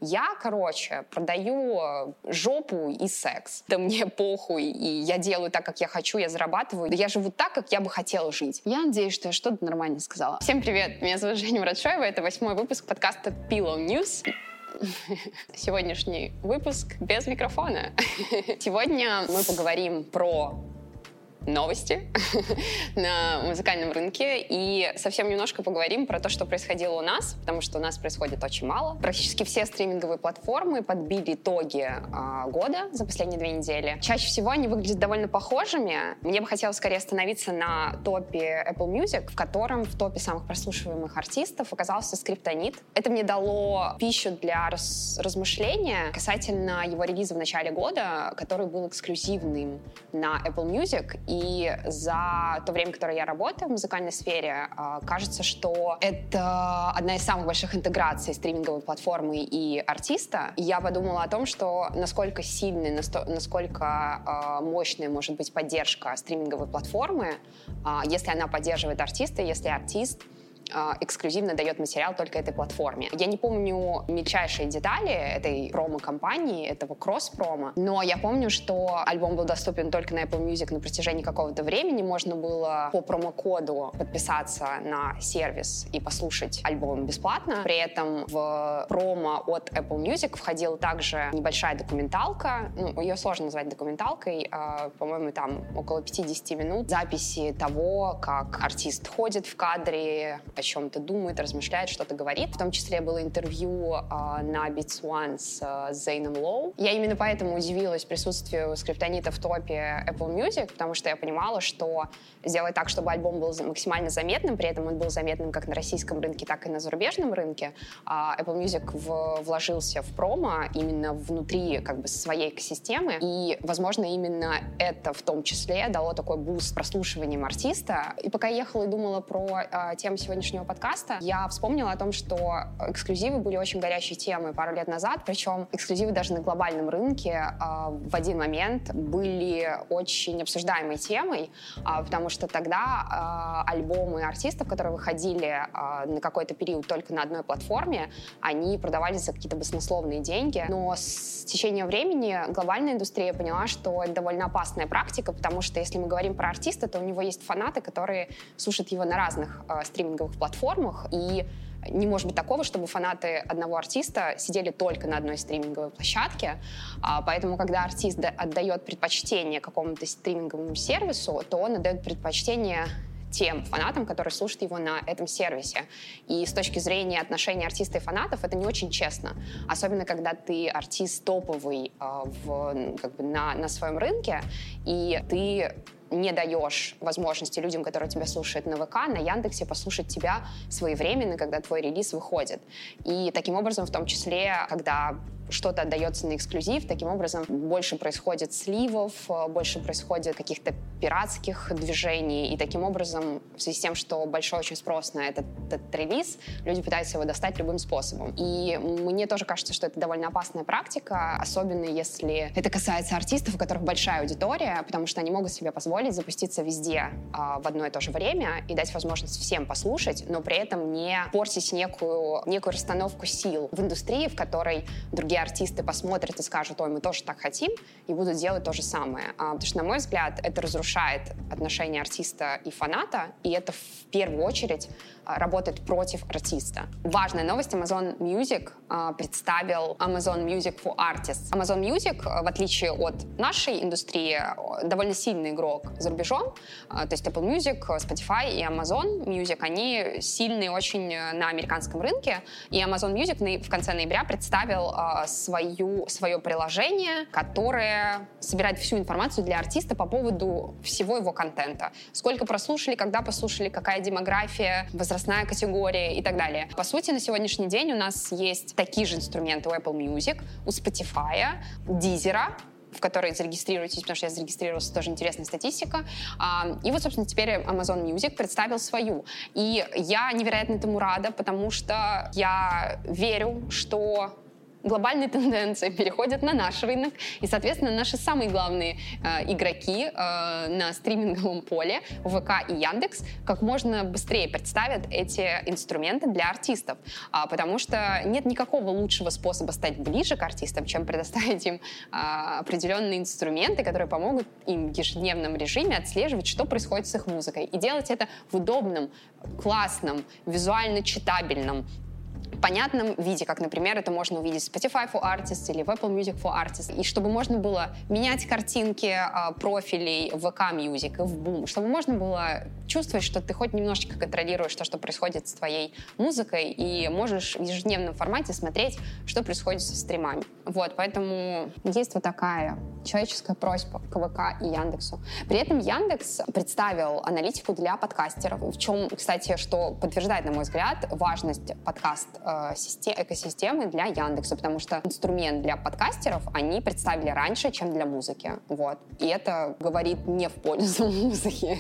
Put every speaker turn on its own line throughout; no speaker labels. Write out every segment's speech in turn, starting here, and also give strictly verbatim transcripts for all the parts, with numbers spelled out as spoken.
Я, короче, продаю жопу и секс. Да мне похуй, и я делаю так, как я хочу, я зарабатываю. Да я живу так, как я бы хотела жить. Я надеюсь, что я что-то нормально сказала. Всем привет, меня зовут Женя Муратшоева, это восьмой выпуск подкаста Pillow News. Сегодняшний выпуск без микрофона. Сегодня мы поговорим про новости на музыкальном рынке и совсем немножко поговорим про то, что происходило у нас, потому что у нас происходит очень мало. Практически все стриминговые платформы подбили итоги э, года за последние две недели. Чаще всего они выглядят довольно похожими. Мне бы хотелось скорее остановиться на топе Apple Music, в котором в топе самых прослушиваемых артистов оказался Скриптонит. Это мне дало пищу для раз- размышления касательно его релиза в начале года, который был эксклюзивным на Apple Music. И за то время, которое я работаю в музыкальной сфере, кажется, что это одна из самых больших интеграций стриминговой платформы и артиста. И я подумала о том, что насколько сильной, насколько мощной может быть поддержка стриминговой платформы, если она поддерживает артиста, если артист эксклюзивно дает материал только этой платформе. Я не помню мельчайшие детали этой промо-компании, этого кросс-промо, но я помню, что альбом был доступен только на Apple Music на протяжении какого-то времени. Можно было по промокоду подписаться на сервис и послушать альбом бесплатно. При этом в промо от Apple Music входила также небольшая документалка. Ну, ее сложно назвать документалкой. А, по-моему, там около пятьдесят минут записи того, как артист ходит в кадре, о чем-то думает, размышляет, что-то говорит. В том числе было интервью э, на Beats One с э, Зейном Лоу. Я именно поэтому удивилась присутствию Скриптонита в топе Apple Music, потому что я понимала, что сделать так, чтобы альбом был максимально заметным, при этом он был заметным как на российском рынке, так и на зарубежном рынке. Э, Apple Music в, вложился в промо именно внутри как бы своей экосистемы, и, возможно, именно это в том числе дало такой буст прослушиванием артиста. И пока я ехала и думала про э, тему сегодняшнего подкаста, я вспомнила о том, что эксклюзивы были очень горячей темой пару лет назад, причем эксклюзивы даже на глобальном рынке э, в один момент были очень обсуждаемой темой, э, потому что тогда э, альбомы артистов, которые выходили э, на какой-то период только на одной платформе, они продавались за какие-то баснословные деньги. Но с течением времени глобальная индустрия поняла, что это довольно опасная практика, потому что если мы говорим про артиста, то у него есть фанаты, которые слушают его на разных э, стриминговых платформах, и не может быть такого, чтобы фанаты одного артиста сидели только на одной стриминговой площадке. Поэтому, когда артист отдает предпочтение какому-то стриминговому сервису, то он отдает предпочтение тем фанатам, которые слушают его на этом сервисе. И с точки зрения отношений артиста и фанатов это не очень честно. Особенно, когда ты артист топовый э, в, как бы на, на своем рынке, и ты не даешь возможности людям, которые тебя слушают на ВК, на Яндексе, послушать тебя своевременно, когда твой релиз выходит. И таким образом, в том числе, когда что-то отдается на эксклюзив, таким образом больше происходит сливов, больше происходит каких-то пиратских движений, и таким образом, в связи с тем, что большой очень спрос на этот, этот релиз, люди пытаются его достать любым способом. И мне тоже кажется, что это довольно опасная практика, особенно если это касается артистов, у которых большая аудитория, потому что они могут себе позволить запуститься везде э, в одно и то же время и дать возможность всем послушать, но при этом не портить некую, некую расстановку сил в индустрии, в которой другие артисты посмотрят и скажут: ой, мы тоже так хотим, и будут делать то же самое. А, потому что, на мой взгляд, это разрушает отношения артиста и фаната, и это в первую очередь а, работает против артиста. Важная новость: Amazon Music а, представил Amazon Music for Artists. Amazon Music, в отличие от нашей индустрии, довольно сильный игрок за рубежом. А, то есть Apple Music, Spotify и Amazon Music, они сильные очень на американском рынке, и Amazon Music в конце ноября представил а, свою, свое приложение, которое собирает всю информацию для артиста по поводу всего его контента. Сколько прослушали, когда послушали, какая демография, возрастная категория и так далее. По сути, на сегодняшний день у нас есть такие же инструменты у Apple Music, у Spotify, Deezer, в которой зарегистрируйтесь, потому что я зарегистрировалась, тоже интересная статистика. И вот, собственно, теперь Amazon Music представил свою. И я невероятно этому рада, потому что я верю, что глобальные тенденции переходят на наш рынок, и, соответственно, наши самые главные э, игроки э, на стриминговом поле, ВК и Яндекс, как можно быстрее представят эти инструменты для артистов, а, потому что нет никакого лучшего способа стать ближе к артистам, чем предоставить им а, определенные инструменты, которые помогут им в ежедневном режиме отслеживать, что происходит с их музыкой, и делать это в удобном, классном, визуально читабельном, понятном виде, как, например, это можно увидеть в Spotify for Artists или в Apple Music for Artists, и чтобы можно было менять картинки а, профилей в ВК Music и в Boom, чтобы можно было чувствовать, что ты хоть немножечко контролируешь то, что происходит с твоей музыкой, и можешь в ежедневном формате смотреть, что происходит со стримами. Вот, поэтому есть вот такая человеческая просьба к ВК и Яндексу. При этом Яндекс представил аналитику для подкастеров, в чем, кстати, что подтверждает, на мой взгляд, важность подкаст экосистемы для Яндекса, потому что инструмент для подкастеров они представили раньше, чем для музыки. Вот. И это говорит не в пользу музыки.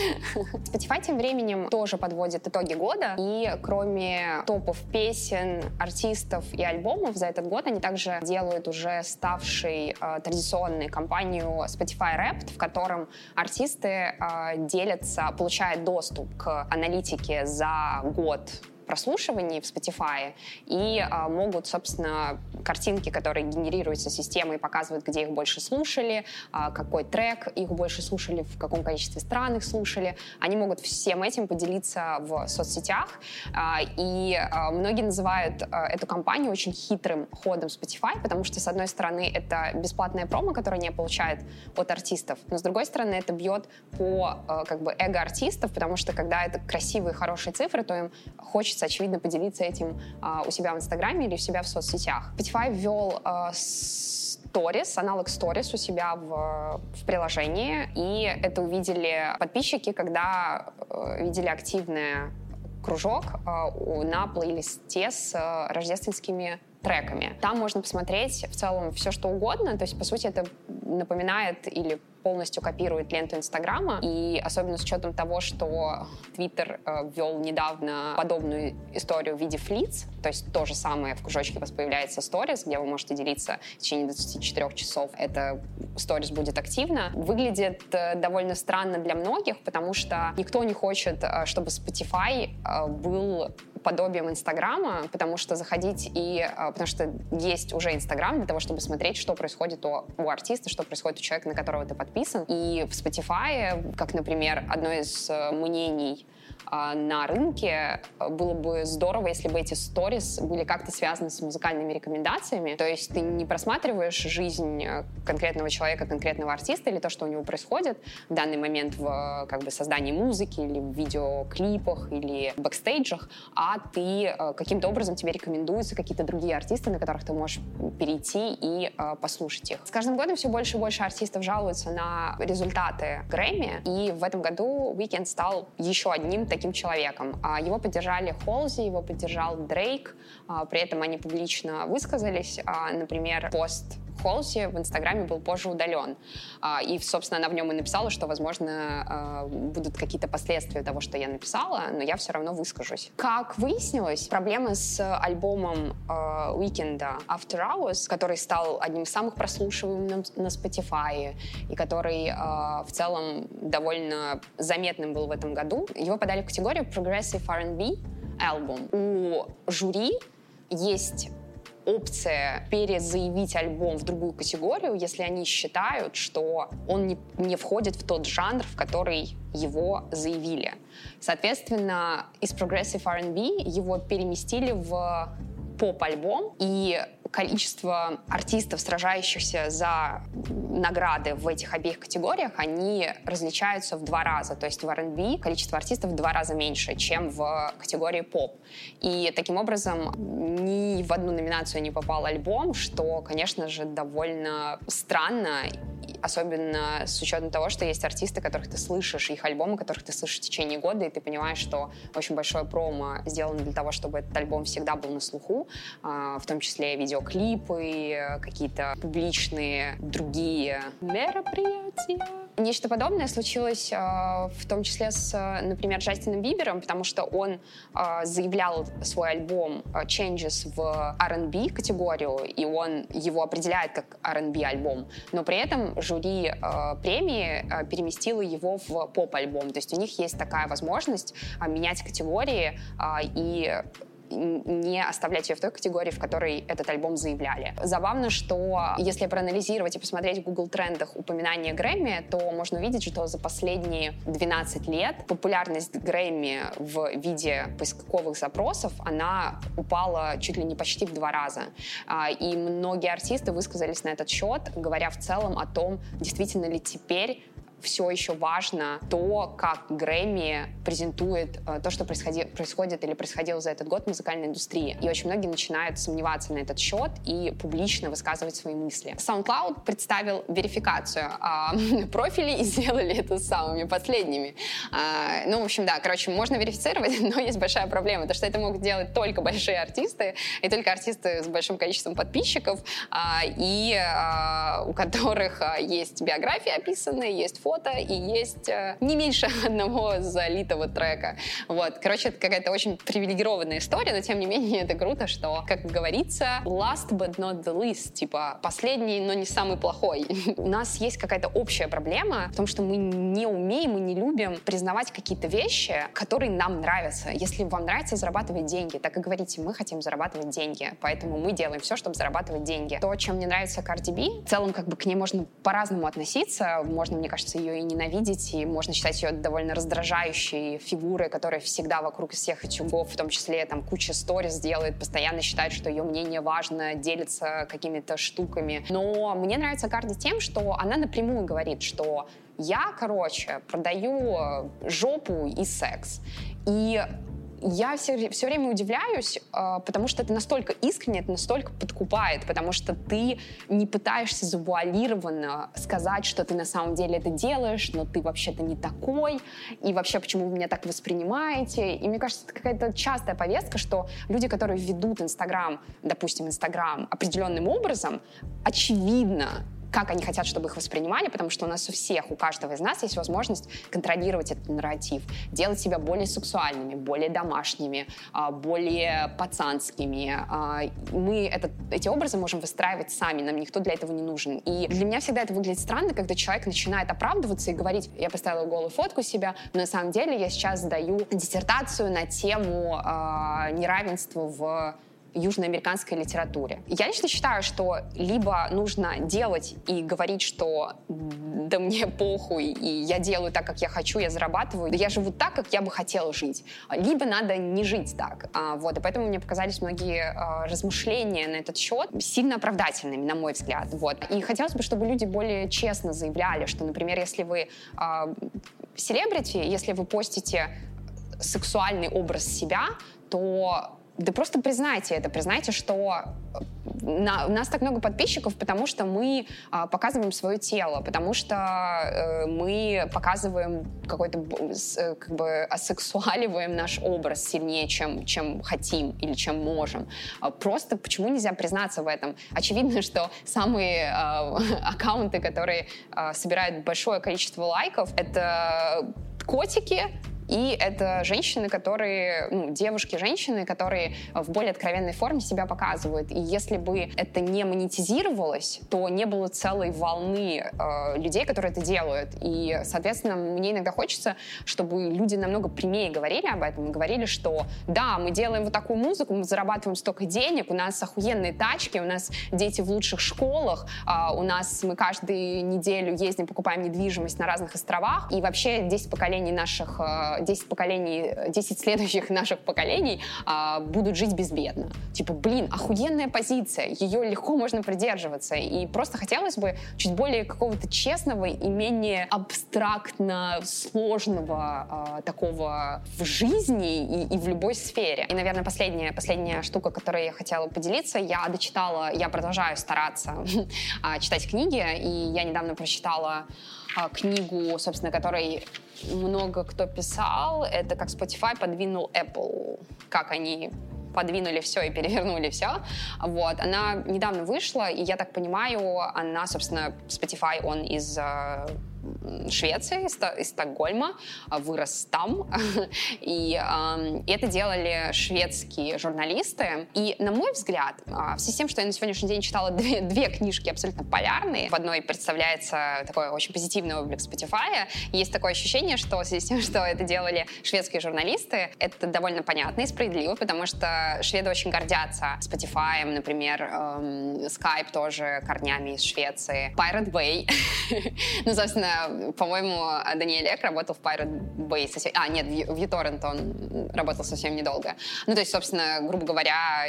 Spotify тем временем тоже подводит итоги года, и кроме топов песен, артистов и альбомов за этот год они также делают уже ставший э, традиционной кампанию Spotify Wrapped, в котором артисты э, делятся, получают доступ к аналитике за год прослушиваний в Spotify и а, могут, собственно, картинки, которые генерируются системой, показывают, где их больше слушали, а, какой трек их больше слушали, в каком количестве стран их слушали. Они могут всем этим поделиться в соцсетях. А, и а, многие называют а, эту кампанию очень хитрым ходом Spotify, потому что, с одной стороны, это бесплатная промо, которую они получают от артистов, но, с другой стороны, это бьет по а, как бы эго артистов, потому что, когда это красивые, хорошие цифры, то им хочется очевидно, поделиться этим а, у себя в Инстаграме или у себя в соцсетях. Spotify ввел а, Stories, аналог Stories у себя в, в приложении, и это увидели подписчики, когда э, видели активный кружок э, на плейлисте с э, рождественскими треками. Там можно посмотреть в целом все, что угодно, то есть, по сути, это напоминает или полностью копирует ленту Инстаграма, и особенно с учетом того, что Твиттер э, ввел недавно подобную историю в виде флиц, то есть то же самое в кружочке у вас появляется сторис, где вы можете делиться в течение двадцати четырёх часов. Это сторис будет активно. Выглядит э, довольно странно для многих, потому что никто не хочет, э, чтобы Spotify э, был подобием Инстаграма, потому что заходить и... Потому что есть уже Инстаграм для того, чтобы смотреть, что происходит у, у артиста, что происходит у человека, на которого ты подписан. И в Spotify, как, например, одно из мнений на рынке, было бы здорово, если бы эти сторис были как-то связаны с музыкальными рекомендациями. То есть ты не просматриваешь жизнь конкретного человека, конкретного артиста или то, что у него происходит в данный момент в как бы, создании музыки или в видеоклипах или в бэкстейджах, а ты каким-то образом тебе рекомендуются какие-то другие артисты, на которых ты можешь перейти и э, послушать их. С каждым годом все больше и больше артистов жалуются на результаты Грэмми, и в этом году Уикенд стал еще одним таким человеком. Его поддержали Холзи, его поддержал Дрейк, при этом они публично высказались. Например, пост Холси в Инстаграме был позже удален. И, собственно, она в нем и написала, что, возможно, будут какие-то последствия того, что я написала, но я все равно выскажусь. Как выяснилось, проблема с альбомом Уикенда After Hours, который стал одним из самых прослушиваемых на Spotify и который в целом довольно заметным был в этом году, его подали в категорию Progressive ар энд би Album. У жюри есть опция перезаявить альбом в другую категорию, если они считают, что он не, не входит в тот жанр, в который его заявили. Соответственно, из Progressive ар энд би его переместили в поп-альбом, и количество артистов, сражающихся за награды в этих обеих категориях, они различаются в два раза. То есть в ар энд би количество артистов в два раза меньше, чем в категории поп. И таким образом ни в одну номинацию не попал альбом, что, конечно же, довольно странно, особенно с учетом того, что есть артисты, которых ты слышишь, их альбомы, которых ты слышишь в течение года, и ты понимаешь, что очень большое промо сделано для того, чтобы этот альбом всегда был на слуху, в том числе видеоклипы, какие-то публичные другие мероприятия. Нечто подобное случилось э, в том числе с, например, Джастином Бибером, потому что он э, заявлял свой альбом Changes в ар энд би категорию, и он его определяет как ар энд би альбом, но при этом жюри э, премии э, переместило его в поп-альбом. То есть у них есть такая возможность э, менять категории э, и не оставлять ее в той категории, в которой этот альбом заявляли. Забавно, что если проанализировать и посмотреть в Google трендах упоминания Грэмми, то можно увидеть, что за последние двенадцать лет популярность Грэмми в виде поисковых запросов, она упала чуть ли не почти в два раза. И многие артисты высказались на этот счет, говоря в целом о том, действительно ли теперь все еще важно то, как Грэмми презентует э, то, что происходи- происходит или происходило за этот год в музыкальной индустрии. И очень многие начинают сомневаться на этот счет и публично высказывать свои мысли. SoundCloud представил верификацию э, профилей и сделали это самыми последними. Э, ну, в общем, да, короче, можно верифицировать, но есть большая проблема, то что это могут делать только большие артисты, и только артисты с большим количеством подписчиков, э, и э, у которых э, есть биографии описанные, есть фото, и есть э, не меньше одного залитого трека. Вот. Короче, это какая-то очень привилегированная история, но тем не менее это круто, что, как говорится, last but not the least, типа последний, но не самый плохой. У нас есть какая-то общая проблема в том, что мы не умеем и не любим признавать какие-то вещи, которые нам нравятся. Если вам нравится зарабатывать деньги, так и говорите, мы хотим зарабатывать деньги, поэтому мы делаем все, чтобы зарабатывать деньги. То, чем мне нравится Cardi B, в целом как бы к ней можно по-разному относиться, можно, мне кажется, ее и ненавидеть, и можно считать ее довольно раздражающей фигурой, которая всегда вокруг всех утюгов, в том числе там куча сториз делает, постоянно считает, что ее мнение важно, делится какими-то штуками. Но мне нравится Карди тем, что она напрямую говорит, что я, короче, продаю жопу и секс. И я все, все время удивляюсь, э, потому что это настолько искренне, это настолько подкупает, потому что ты не пытаешься завуалированно сказать, что ты на самом деле это делаешь, но ты вообще-то не такой, и вообще, почему вы меня так воспринимаете. И мне кажется, это какая-то частая повестка, что люди, которые ведут Инстаграм, допустим, Инстаграм определенным образом, очевидно, как они хотят, чтобы их воспринимали, потому что у нас у всех, у каждого из нас есть возможность контролировать этот нарратив, делать себя более сексуальными, более домашними, более пацанскими. Мы этот, эти образы можем выстраивать сами, нам никто для этого не нужен. И для меня всегда это выглядит странно, когда человек начинает оправдываться и говорить, я поставила голую фотку себя, но на самом деле я сейчас сдаю диссертацию на тему неравенства в южноамериканской литературе. Я лично считаю, что либо нужно делать и говорить, что да мне похуй, и я делаю так, как я хочу, я зарабатываю, да я живу так, как я бы хотела жить. Либо надо не жить так. А, вот, и поэтому мне показались многие а, размышления на этот счет сильно оправдательными, на мой взгляд. Вот. И хотелось бы, чтобы люди более честно заявляли, что, например, если вы а, селебрити, если вы постите сексуальный образ себя, то да просто признайте это, признайте, что на, у нас так много подписчиков, потому что мы а, показываем свое тело, потому что э, мы показываем какой-то, э, как бы, асексуаливаем наш образ сильнее, чем, чем хотим или чем можем. А просто почему нельзя признаться в этом? Очевидно, что самые э, аккаунты, которые э, собирают большое количество лайков, это котики, и это женщины, которые, ну, девушки-женщины, которые в более откровенной форме себя показывают. И если бы это не монетизировалось, то не было целой волны э, людей, которые это делают. И, соответственно, мне иногда хочется, чтобы люди намного прямее говорили об этом, и говорили, что да, мы делаем вот такую музыку, мы зарабатываем столько денег, у нас охуенные тачки, у нас дети в лучших школах, э, у нас мы каждую неделю ездим, покупаем недвижимость на разных островах, и вообще десять поколений наших э, десять поколений, десять следующих наших поколений а, будут жить безбедно. Типа, блин, охуенная позиция, ее легко можно придерживаться. И просто хотелось бы чуть более какого-то честного и менее абстрактно сложного а, такого в жизни и, и в любой сфере. И, наверное, последняя, последняя штука, которой я хотела поделиться, я дочитала, я продолжаю стараться читать книги, и я недавно прочитала книгу, собственно, которой много кто писал. Это как Spotify подвинул Apple. Как они подвинули все и перевернули все. Вот. Она недавно вышла, и я так понимаю, она, собственно, Spotify, он из Швеции, из, из Стокгольма, вырос там. И э, это делали шведские журналисты. И, на мой взгляд, э, в связи с тем, что я на сегодняшний день читала две, две книжки абсолютно полярные, в одной представляется такой очень позитивный облик Spotify, есть такое ощущение, что в связи с тем, что это делали шведские журналисты, это довольно понятно и справедливо, потому что шведы очень гордятся Spotify, например, эм, Skype тоже корнями из Швеции, Pirate Bay. Ну, собственно, по-моему, Даниэль Эк работал в Pirate Bay. Совсем... А, нет, в uTorrent он работал совсем недолго. Ну, то есть, собственно, грубо говоря,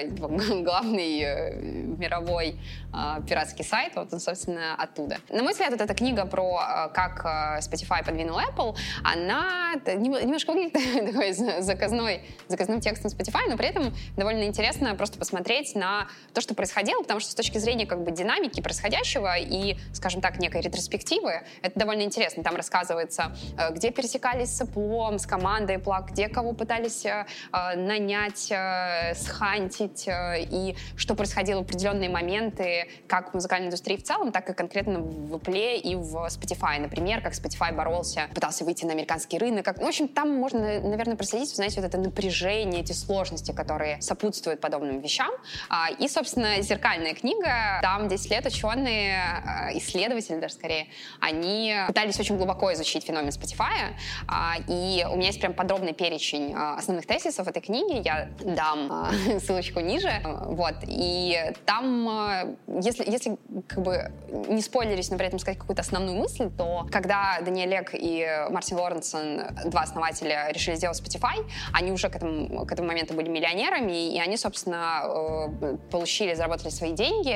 главный мировой э, пиратский сайт, вот он, собственно, оттуда. На мой взгляд, вот эта книга про э, как э, Spotify подвинул Apple, она немножко выглядит такой заказной, заказным текстом Spotify, но при этом довольно интересно просто посмотреть на то, что происходило, потому что с точки зрения как бы динамики происходящего и, скажем так, некой ретроспективы, это довольно интересно. Там рассказывается, где пересекались с Apple, с командой Apple, где кого пытались э, нанять, э, схантить, э, и что происходило в определенные моменты как в музыкальной индустрии в целом, так и конкретно в Apple и в Spotify. Например, как Spotify боролся, пытался выйти на американский рынок. Как... Ну, в общем, там можно, наверное, проследить, знаете, вот это напряжение, эти сложности, которые сопутствуют подобным вещам. А, и, собственно, зеркальная книга. Там десять лет ученые, исследователи даже скорее, они пытались очень глубоко изучить феномен Spotify. А, и у меня есть прям подробный перечень основных тезисов этой книги. Я дам ссылочку ниже. Вот. И там, если, если как бы не спойлерить, но при этом сказать какую-то основную мысль, то когда Даниэль Эк и Мартин Лоренсон, два основателя, решили сделать Spotify, они уже к этому, к этому моменту были миллионерами, и они, собственно, получили, заработали свои деньги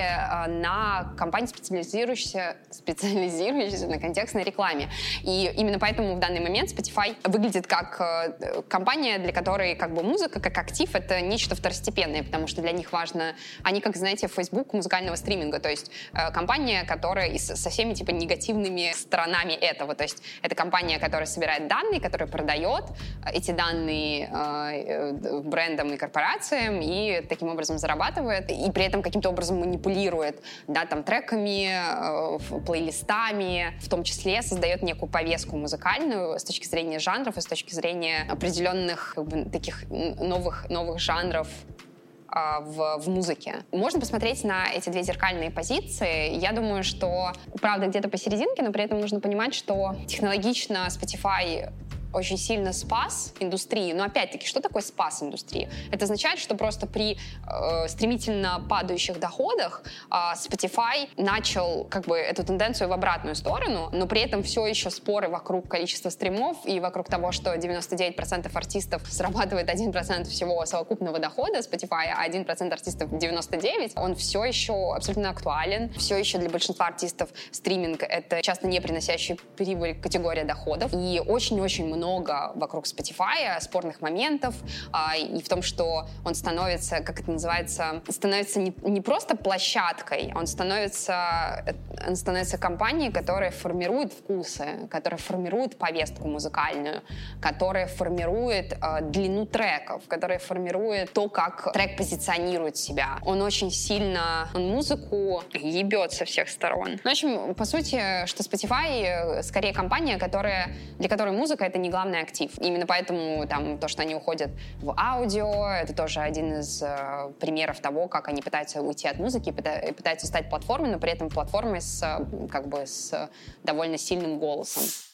на компании, специализирующейся, специализирующейся на контекстной рекламе. И именно поэтому в данный момент Spotify выглядит как компания, для которой как бы музыка, как актив, это нечто второстепенное, потому что для них важно... Они, как знаете, Facebook музыкального стриминга, то есть э, компания, которая и со всеми типа негативными сторонами этого. То есть это компания, которая собирает данные, которая продает эти данные э, брендам и корпорациям и таким образом зарабатывает, и при этом каким-то образом манипулирует, да, там, треками, э, плейлистами, в том числе создает некую повестку музыкальную с точки зрения жанров и с точки зрения определенных как бы, таких новых, новых жанров В, в музыке. Можно посмотреть на эти две зеркальные позиции. Я думаю, что правда где-то посерединке, но при этом нужно понимать, что технологично Spotify очень сильно спас индустрию. Но опять-таки, что такое спас индустрию? Это означает, что просто при э, стремительно падающих доходах э, Spotify начал как бы эту тенденцию в обратную сторону, но при этом все еще споры вокруг количества стримов и вокруг того, что девяносто девять процентов артистов зарабатывает один процент всего совокупного дохода Spotify, а один процент артистов девяносто девять процентов, он все еще абсолютно актуален. Все еще для большинства артистов стриминг — это часто не приносящая прибыль категория доходов. И очень-очень много много вокруг Spotify спорных моментов, а, и в том, что он становится, как это называется, становится не, не просто площадкой, он становится, он становится компанией, которая формирует вкусы, которая формирует повестку музыкальную, которая формирует а, длину треков, которая формирует то, как трек позиционирует себя. Он очень сильно, он музыку ебет со всех сторон. В общем, по сути, что Spotify скорее компания, которая, для которой музыка — это не главный актив. Именно поэтому там, то, что они уходят в аудио, это тоже один из э, примеров того, как они пытаются уйти от музыки, пыта- пытаются стать платформой, но при этом платформой с, как бы, с довольно сильным голосом.